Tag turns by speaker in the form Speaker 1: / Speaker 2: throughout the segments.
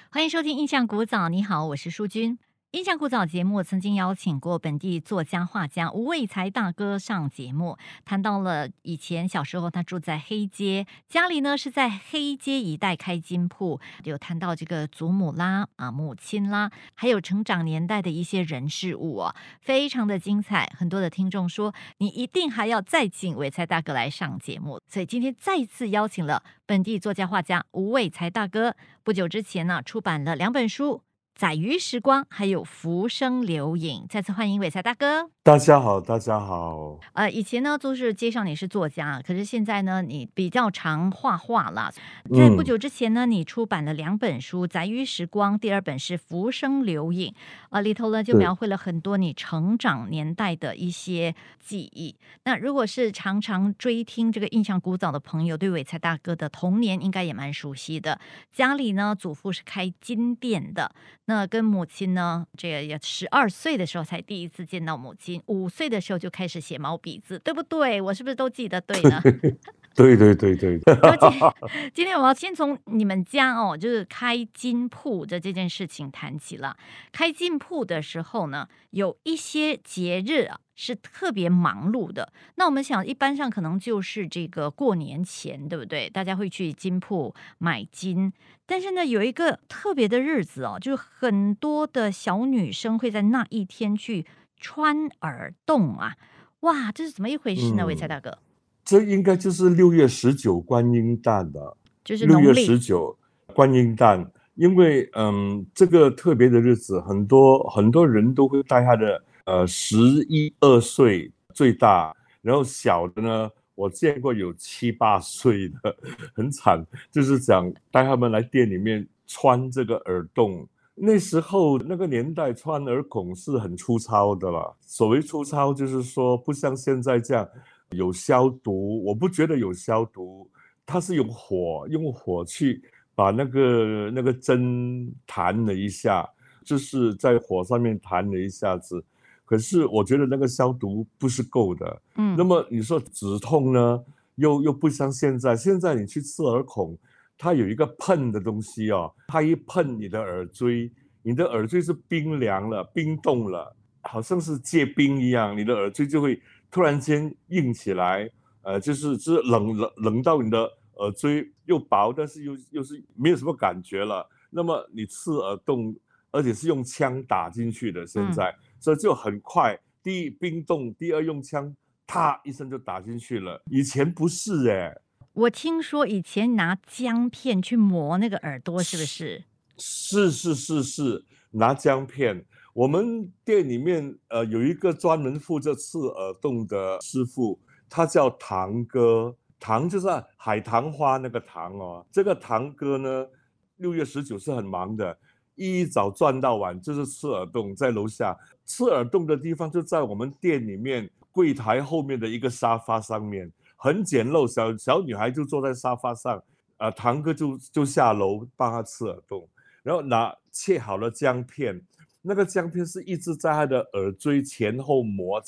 Speaker 1: 欢迎收听《印象古早》，你好，我是淑君。印象古早节目曾经邀请过本地作家、画家吴卫才大哥上节目，谈到了以前小时候他住在黑街，家里呢是在黑街一带开金铺，有谈到这个祖母啦、母亲啦，还有成长年代的一些人事物哦，非常的精彩。很多的听众说，你一定还要再请卫才大哥来上节目，所以今天再次邀请了本地作家、画家吴卫才大哥。不久之前呢，出版了2本书。载鱼时光，还有浮生流影，再次欢迎伟才大哥。
Speaker 2: 大家好，大家好。
Speaker 1: 以前呢都是街上你是作家，可是现在呢你比较常画画啦。在不久之前呢，你出版了2本书，《载鱼时光》，第2本是《浮生流影》，里头呢就描绘了很多你成长年代的一些记忆。那如果是常常追听这个印象古早的朋友，对伟才大哥的童年应该也蛮熟悉的。家里呢，祖父是开金店的。那跟母亲呢，这个也12岁的时候才第一次见到母亲，5岁的时候就开始写毛笔字，对不对？我是不是都记得对呢？
Speaker 2: 对对对对。
Speaker 1: 今天我要先从你们家哦，就是开金铺的这件事情谈起了。开金铺的时候呢，有一些节日啊是特别忙碌的。那我们想，一般上可能就是这个过年前，对不对？大家会去金铺买金。但是呢，有一个特别的日子哦，就是很多的小女生会在那一天去穿耳洞啊。哇，这是怎么一回事呢？伟才大哥，
Speaker 2: 这应该就是6月19观音诞的，
Speaker 1: 就是
Speaker 2: 六月
Speaker 1: 农历。
Speaker 2: 19观音诞，因为这个特别的日子，很多人都会带他的11、2岁最大，然后小的呢，我见过有7、8岁的，很惨，就是讲带他们来店里面穿这个耳洞。那时候那个年代穿耳孔是很粗糙的了，所谓粗糙就是说不像现在这样有消毒，我不觉得有消毒，它是用火去把那个针弹了一下，就是在火上面弹了一下子，可是我觉得那个消毒不是够的。那么你说止痛呢，又不像现在你去刺耳孔，它有一个喷的东西哦，它一喷你的耳椎，你的耳椎是冰凉了、冰冻了，好像是结冰一样，你的耳椎就会突然间硬起来，就是冷到你的耳椎又薄，但是又是没有什么感觉了。那么你刺耳洞，而且是用枪打进去的，现在，所以就很快，第一冰冻，第二用枪，啪一声就打进去了。以前不是
Speaker 1: 我听说以前拿姜片去磨那个耳朵，是不是？
Speaker 2: 是，拿姜片。我们店里面有一个专门负责刺耳洞的师傅，他叫堂哥，堂就是海棠花那个堂哦。这个堂哥呢，6月19是很忙的，一早赚到晚就是刺耳洞，在楼下刺耳洞的地方就在我们店里面柜台后面的一个沙发上面，很简陋，小女孩就坐在沙发上，堂哥就下楼帮她刺耳洞。然后切好了姜片，那个姜片是一直在他的耳椎前后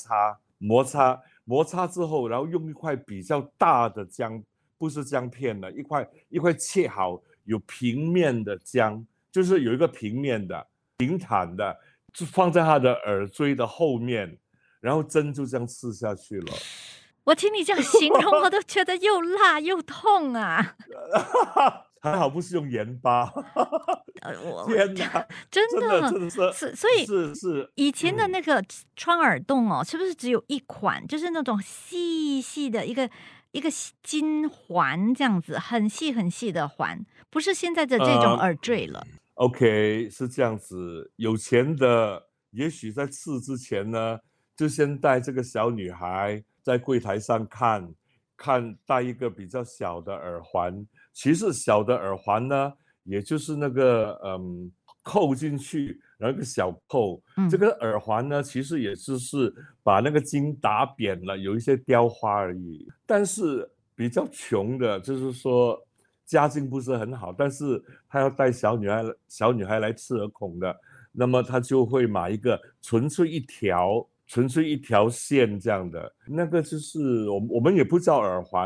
Speaker 2: 摩擦之后，然后用一块比较大的姜，不是姜片了，一块切好有平面的姜，就是有一个平面的平坦的，就放在他的耳椎的后面，然后针就这样刺下去了。
Speaker 1: 我听你这样形容，我都觉得又辣又痛啊！
Speaker 2: 还好不是用盐巴。
Speaker 1: 我
Speaker 2: 天哪，
Speaker 1: 真
Speaker 2: 真的
Speaker 1: 的
Speaker 2: 真的是
Speaker 1: 所以
Speaker 2: 是。
Speaker 1: 以前的那个穿耳洞哦，是不是只有一款？就是那种细细的一个金环这样子，很细很细的环，不是现在的这种
Speaker 2: 呃
Speaker 1: 耳坠了。
Speaker 2: OK，是这样子，有钱的也许在刺之前呢，就先带这个小女孩在柜台上看戴一个比较小的耳环。其实小的耳环呢，也就是那个扣进去，然后一个小扣。这个耳环呢，其实也就是把那个金打扁了，有一些雕花而已。但是比较穷的，就是说家境不是很好，但是他要带小女孩来刺耳孔的，那么他就会买一个纯粹一条线这样的，那个就是我们也不叫耳环，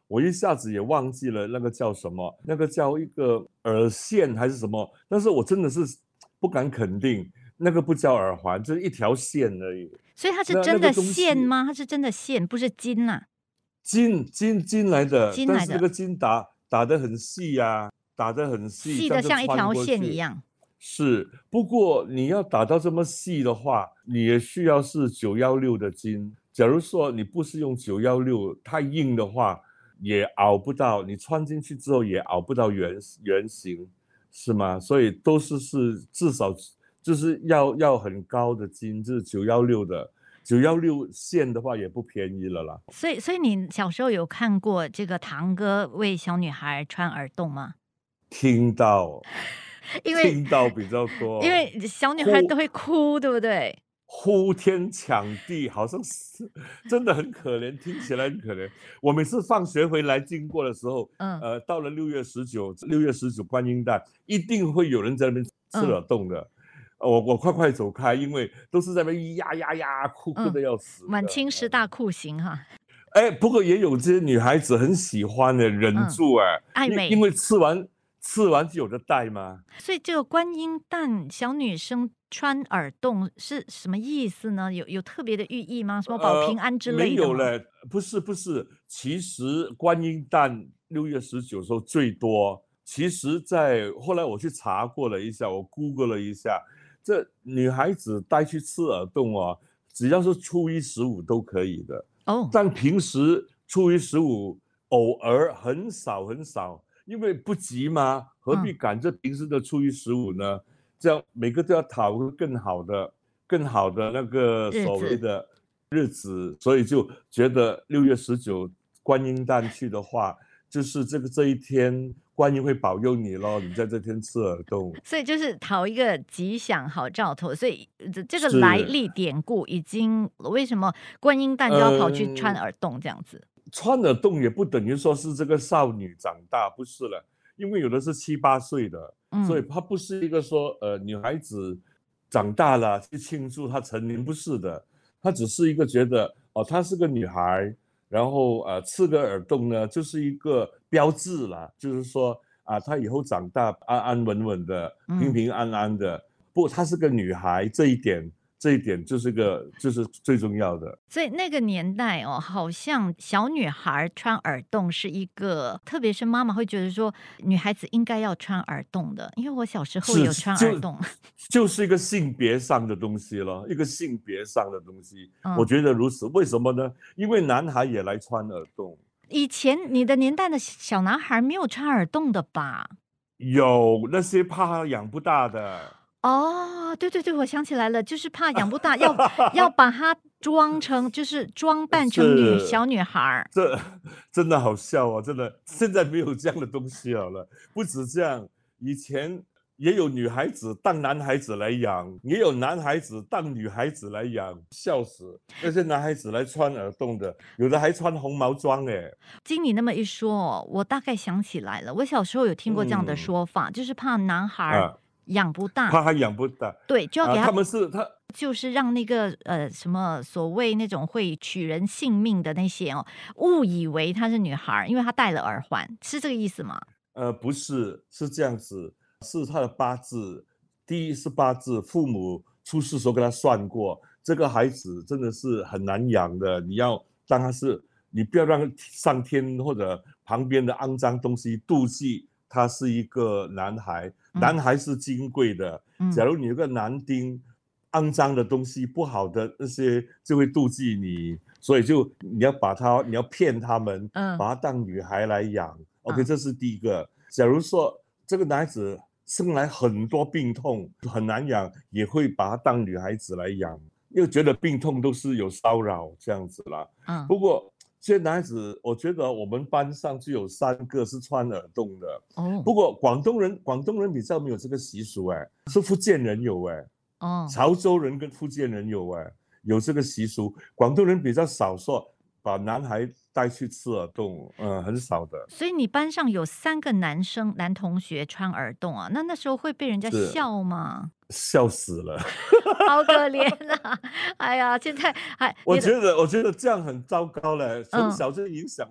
Speaker 2: 我一下子也忘记了那个叫什么，那个叫一个耳线还是什么，但是我真的是不敢肯定，那个不叫耳环，就是一条线而已。
Speaker 1: 所以它是真的
Speaker 2: 那那个东西
Speaker 1: 线吗？它是真的线，不是金呐、
Speaker 2: 金来的，
Speaker 1: 金来的，
Speaker 2: 但是那个金打得很细呀、打得很细，
Speaker 1: 细的
Speaker 2: 这样就穿
Speaker 1: 像一条
Speaker 2: 过去。
Speaker 1: 线一样。
Speaker 2: 是，不过你要打到这么细的话，你也需要是916的金。假如说你不是用916，太硬的话，也熬不到，你穿进去之后也熬不到圆形，是吗？所以都是至少就是要很高的金，就是916的。916线的话也不便宜了啦。
Speaker 1: 所以你小时候有看过这个堂哥为小女孩穿耳洞吗？
Speaker 2: 听到
Speaker 1: 因为
Speaker 2: 听到比较
Speaker 1: 因
Speaker 2: 多，
Speaker 1: 为小女孩都
Speaker 2: 呼
Speaker 1: 会哭，对不对？
Speaker 2: 呼天抢地，好像是真的很可怜，听起来很可怜。我每次放学回来经过的时候，
Speaker 1: 嗯
Speaker 2: 到了6月19观音诞，一定会有人在那边吃
Speaker 1: 嗯
Speaker 2: 耳洞的。我快走开，因为都是在那边呀，哭
Speaker 1: 嗯，
Speaker 2: 得要死
Speaker 1: 满
Speaker 2: 的。
Speaker 1: 清十大酷刑哈。
Speaker 2: 哎，不过也有这些女孩子很喜欢的，忍
Speaker 1: 嗯，
Speaker 2: 住哎，
Speaker 1: 爱美。
Speaker 2: 因为吃完就有的戴嘛。
Speaker 1: 所以这个观音诞小女生穿耳洞是什么意思呢？有特别的寓意吗？什么保平安之
Speaker 2: 没
Speaker 1: 类的吗？
Speaker 2: 有嘞，不是，其实观音诞6月19时候最多。其实在后来我去查过了一下，我 Google 了一下，这女孩子带去刺耳洞哦，只要是初一十五都可以的。
Speaker 1: 哦，
Speaker 2: 但平时初一十五偶尔很少，因为不急嘛，何必
Speaker 1: 嗯，
Speaker 2: 赶着平时的初一十五呢？这样每个都要讨个更好的那个所谓
Speaker 1: 日子。
Speaker 2: 的日子，所以就觉得6月19观音诞去的话，就是这一天观音会保佑你咯，你在这天吃耳洞。
Speaker 1: 所以就是讨一个吉祥好兆头，所以这个来
Speaker 2: 是，
Speaker 1: 历典故已经为什么观音诞就要跑去穿
Speaker 2: 嗯，
Speaker 1: 耳洞这样子？
Speaker 2: 穿耳洞也不等于说是这个少女长大，不是了，因为有的是7、8岁的，所以
Speaker 1: 嗯
Speaker 2: 她不是一个说女孩子长大了去庆祝她成年，不是的，她只是一个觉得哦，她是个女孩，然后刺个耳洞呢，就是一个标志啦，就是说她以后长大安安稳稳的，平
Speaker 1: 嗯。
Speaker 2: 平安安的。不，她是个女孩，这一点就是最重要的。
Speaker 1: 所以那个年代哦，好像小女孩穿耳洞是一个，特别是妈妈会觉得说，女孩子应该要穿耳洞的。因为我小时候也
Speaker 2: 是
Speaker 1: 有穿耳洞。
Speaker 2: 就是一个性别上的东西了，一个性别上的东西，我
Speaker 1: 嗯，
Speaker 2: 觉得如此。为什么呢？因为男孩也来穿耳洞，
Speaker 1: 以前你的年代的小男孩没有穿耳洞的吧？
Speaker 2: 有那些怕养不大的。
Speaker 1: 哦，对对对，我想起来了，就是怕养不大，要把它装成，就是装扮成
Speaker 2: 是，
Speaker 1: 小女孩儿。
Speaker 2: 这真的好笑哦，真的，现在没有这样的东西好了。不止这样，以前也有女孩子当男孩子来养，也有男孩子当女孩子来养，笑死！那些男孩子来穿耳洞的，有的还穿红毛装哎。
Speaker 1: 经你那么一说哦，我大概想起来了，我小时候有听过这样的
Speaker 2: 嗯
Speaker 1: 说法，就是怕男孩儿
Speaker 2: 啊。
Speaker 1: 养不大。
Speaker 2: 怕他养不大
Speaker 1: 对，就要给
Speaker 2: 他
Speaker 1: 他，
Speaker 2: 们是他
Speaker 1: 就是让那个什么所谓那种会取人性命的那些哦，误以为她是女孩儿，因为她戴了耳环，是这个意思吗？
Speaker 2: 不是，是这样子，是他的八字。第一是八字，父母出世时候跟他算过，这个孩子真的是很难养的。你要当他是，你不要让上天或者旁边的肮脏东西妒忌他是一个男孩，
Speaker 1: 嗯
Speaker 2: 男孩是金贵的。假
Speaker 1: 嗯
Speaker 2: 如你有个男丁，肮脏的东西、不好的那些就会妒忌你，所以你要骗他们，
Speaker 1: 嗯
Speaker 2: 把她当女孩来养。OK，
Speaker 1: 嗯
Speaker 2: 这是第一个。假如说这个男孩子生来很多病痛，很难养，也会把她当女孩子来养，因为觉得病痛都是有骚扰这样子啦。
Speaker 1: 嗯，
Speaker 2: 不过这些男孩子，我觉得我们班上就有3个是穿耳洞的。
Speaker 1: 哦
Speaker 2: 不过广东人比较没有这个习俗哎，是福建人有哎。
Speaker 1: 哦，
Speaker 2: 潮州人跟福建人有这个习俗，广东人比较少说把男孩带去刺耳洞，很少的。
Speaker 1: 所以你班上有3个男同学穿耳洞啊，那时候会被人家
Speaker 2: 是
Speaker 1: 笑吗？
Speaker 2: 笑死了。
Speaker 1: 好可怜啊！哎呀，现在还
Speaker 2: 我
Speaker 1: 你的
Speaker 2: 觉得这样很糟糕嘞，从
Speaker 1: 嗯
Speaker 2: 小就影响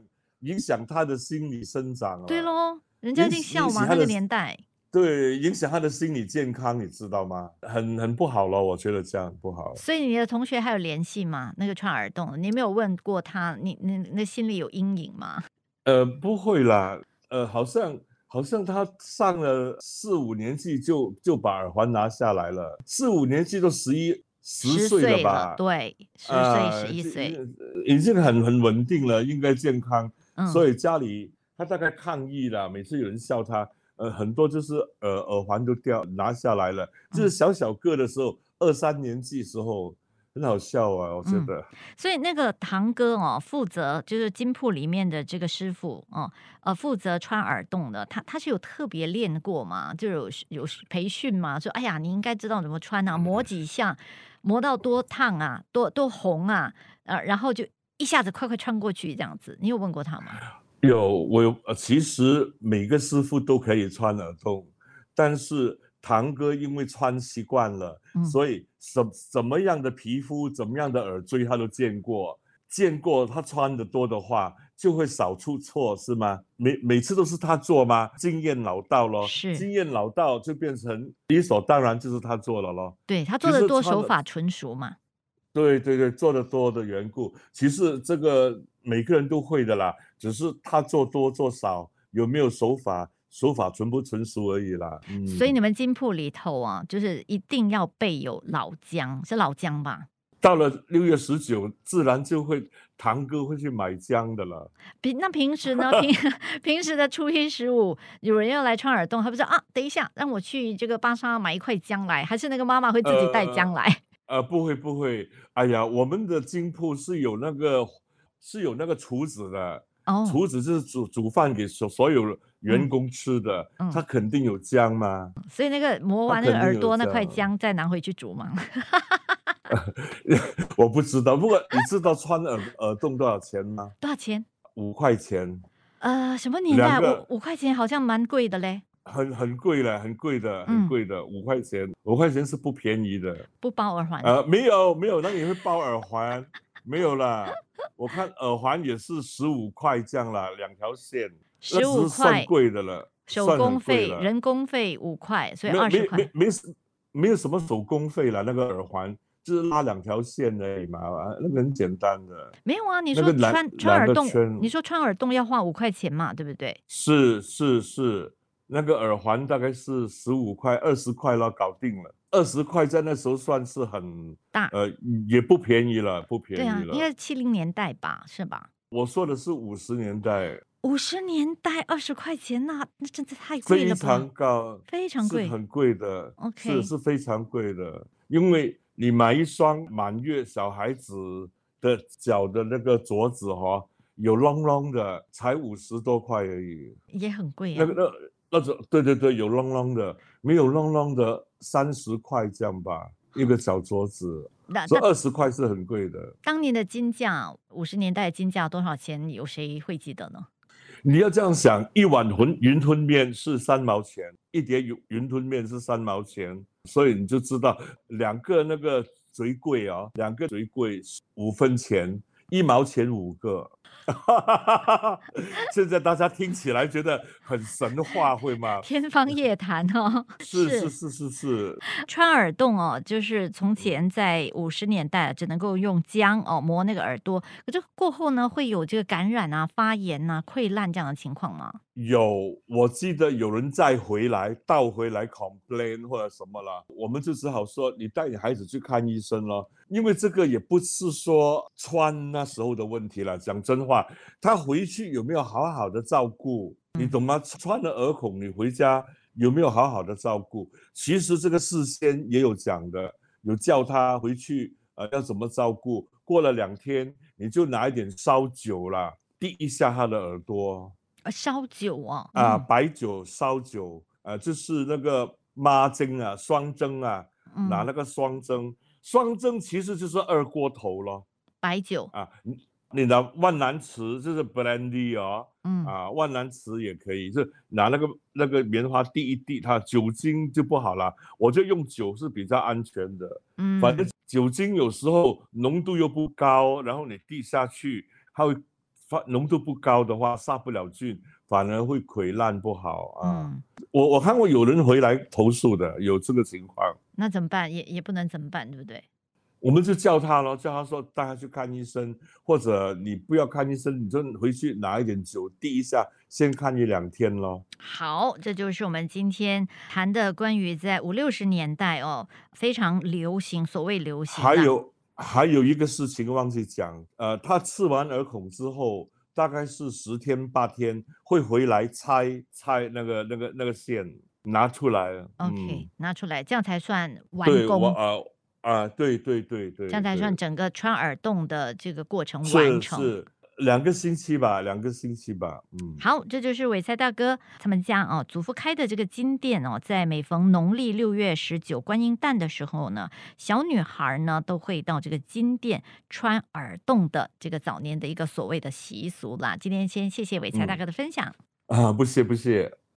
Speaker 2: 影响他的心理生长了，
Speaker 1: 对咯，人家一定笑嘛，那个年代。
Speaker 2: 对，影响他的心理健康，你知道吗？很不好咯，我觉得这样不好。
Speaker 1: 所以你的同学还有联系吗？那个穿耳洞，你没有问过他，你那心里有阴影吗？
Speaker 2: 不会啦，好像他上了4、5年级就把耳环拿下来了，4、5年级都10岁了
Speaker 1: 10岁了，
Speaker 2: 吧？
Speaker 1: 对，10岁、11岁。
Speaker 2: 已经很稳定了，应该健康，
Speaker 1: 嗯
Speaker 2: 所以家里他大概抗议了，每次有人笑他，很多就是耳环都拿下来了，就是
Speaker 1: 嗯
Speaker 2: 小小个的时候，2、3年级时候很好笑啊，我觉
Speaker 1: 嗯。
Speaker 2: 得。
Speaker 1: 所以那个堂哥哦，负责就是金铺里面的这个师傅哦，负责穿耳洞的，他是有特别练过吗？就有培训吗？说哎呀，你应该知道怎么穿啊，磨几下，磨到多烫啊，多红啊，然后就一下子快快穿过去这样子。你有问过他吗？
Speaker 2: 其实每个师傅都可以穿耳洞，但是堂哥因为穿习惯了，
Speaker 1: 嗯。
Speaker 2: 所以怎么样的皮肤、怎么样的耳坠他都见过。见过他穿的多的话，就会少出错，是吗？每次都是他做吗？经验老道咯，
Speaker 1: 是。
Speaker 2: 经验老道就变成理所当然就是他做了咯。
Speaker 1: 对，他做
Speaker 2: 其
Speaker 1: 的多，
Speaker 2: 实穿了
Speaker 1: 手法纯熟嘛。
Speaker 2: 对对对，做的多的缘故，其实这个每个人都会的啦，只是他做多做少，有没有手法纯不纯熟而已啦。
Speaker 1: 所以你们金铺里头啊，就是一定要备有老姜，是老姜吧？
Speaker 2: 到了6月19，自然就会堂哥会去买姜的了。
Speaker 1: 那平时呢？平时的初一十五，有人要来穿耳洞，他不是啊？等一下，让我去这个巴沙买一块姜来，还是那个妈妈会自己带姜
Speaker 2: 呃
Speaker 1: 来？
Speaker 2: 不会不会，哎呀，我们的金铺是有那个厨子的，
Speaker 1: 哦。
Speaker 2: 厨子就是煮饭给所有员
Speaker 1: 嗯
Speaker 2: 工吃的，他
Speaker 1: 嗯。
Speaker 2: 肯定有姜嘛，
Speaker 1: 所以那个磨完那个
Speaker 2: 他肯定
Speaker 1: 耳朵那块
Speaker 2: 有姜。
Speaker 1: 姜，再拿回去煮吗？
Speaker 2: 我不知道，不过你知道穿耳洞多少钱吗？
Speaker 1: 多少钱？
Speaker 2: 5块钱，
Speaker 1: 什么年代？五
Speaker 2: 两个
Speaker 1: 五块钱好像蛮贵的嘞。
Speaker 2: 很贵了，很贵的，很
Speaker 1: 嗯。
Speaker 2: 贵的，五块钱，5块钱是不便宜的。
Speaker 1: 不包耳环。
Speaker 2: 没有，那你会包耳环？没有啦，我看耳环也是15块这样啦，2条线，那
Speaker 1: 十
Speaker 2: 只是算
Speaker 1: 五块
Speaker 2: 贵的了，
Speaker 1: 手
Speaker 2: 算很
Speaker 1: 工费、
Speaker 2: 贵了。
Speaker 1: 人工费5块，所以
Speaker 2: 没有没
Speaker 1: 20块。
Speaker 2: 没没没有什么手工费了，那个耳环就是拉2条线而已嘛，那个很简单的。
Speaker 1: 没有啊，你说
Speaker 2: 那个蓝
Speaker 1: 穿耳洞，
Speaker 2: 的圈，
Speaker 1: 你说穿耳洞要花5块钱嘛，对不对？
Speaker 2: 是，那个耳环大概是15块、20块了，搞定了。20块在那时候算是很，
Speaker 1: 大。
Speaker 2: 也不便宜了，不便
Speaker 1: 对啊，应该
Speaker 2: 宜了。
Speaker 1: 是70年代吧，是吧？
Speaker 2: 我说的是50年代，
Speaker 1: 50年代20块钱，那真的太贵了
Speaker 2: 非常
Speaker 1: 吧？
Speaker 2: 高，
Speaker 1: 非常贵。
Speaker 2: 是很贵的，是
Speaker 1: OK。
Speaker 2: 是非常贵的。因为你买一双满月小孩子的脚的那个镯子有隆隆的，才50多块而已。
Speaker 1: 也很贵啊。
Speaker 2: 那个那种，对，有隆隆的，没有隆隆的30块这样吧，一个小镯子，所以
Speaker 1: 那那
Speaker 2: 20块是很贵的。
Speaker 1: 当年的金价，50年代的金价多少钱？有谁会记得呢？
Speaker 2: 你要这样想，一碗云吞面是3毛钱，一碟云吞面是3毛钱，所以你就知道两个那个贼贵啊，两个贼贵5分钱，1毛钱5个。现在大家听起来觉得很神话，会吗？
Speaker 1: 天方夜谭哦。是。
Speaker 2: 是，
Speaker 1: 穿耳洞哦，就是从
Speaker 2: 嗯。
Speaker 1: 前在50年代只能够用姜哦磨那个耳朵，可是过后呢会有这个感染啊、发炎啊、溃烂这样的情况吗？
Speaker 2: 我记得有人倒回来 complain 或者什么了，我们就只好说你带你孩子去看医生了，因为这个也不是说穿那时候的问题了。讲真话，他回去有没有好好的照顾，你懂吗？穿了耳孔，你回家有没有好好的照顾？其实这个事先也有讲的，有叫他回去要怎么照顾。过了2天，你就拿一点烧酒啦，滴一下他的耳朵。
Speaker 1: 烧酒哦。
Speaker 2: 白酒烧酒，就是那个麻蒸啊，双蒸啊，拿
Speaker 1: 嗯。
Speaker 2: 那个双蒸其实就是二锅头咯。
Speaker 1: 白酒。
Speaker 2: 你拿万南池就是 brandy
Speaker 1: 嗯。
Speaker 2: 万南池也可以，就拿那个棉花滴一滴，它酒精就不好了。我觉得用酒是比较安全的，反正酒精有时候浓度又不高，然后你滴下去，它会浓度不高的话，杀不了菌，反而会溃烂不好啊。
Speaker 1: 嗯，
Speaker 2: 我看过有人回来投诉的，有这个情况。
Speaker 1: 那怎么办？也不能怎么办，对不对？
Speaker 2: 我们就叫他咯，叫他说带他去看医生，或者你不要看医生，你就回去拿一点酒滴一下，先看1-2天咯。
Speaker 1: 好，这就是我们今天谈的关于在50、60年代哦，非常流行，所谓流行啦。
Speaker 2: 还有一个事情忘记讲，他吃完儿孔之后，大概是10天8天会回来拆那个线拿出来。
Speaker 1: OK，拿出来，这样才算完
Speaker 2: 对，
Speaker 1: 工，
Speaker 2: 对对对
Speaker 1: 这样才算
Speaker 2: 对对，
Speaker 1: 整个穿耳洞的这个过程完成。
Speaker 2: 是2个星期吧。
Speaker 1: 好，这就是伟才大哥他们家哦，祖父开的这个金店哦，在每逢农历6月19观音诞的时候呢，小女孩呢都会到这个金店穿耳洞的这个早年的一个所谓的习俗啦。今天先谢谢伟才大
Speaker 2: 嗯
Speaker 1: 哥的分享。
Speaker 2: 不谢不谢。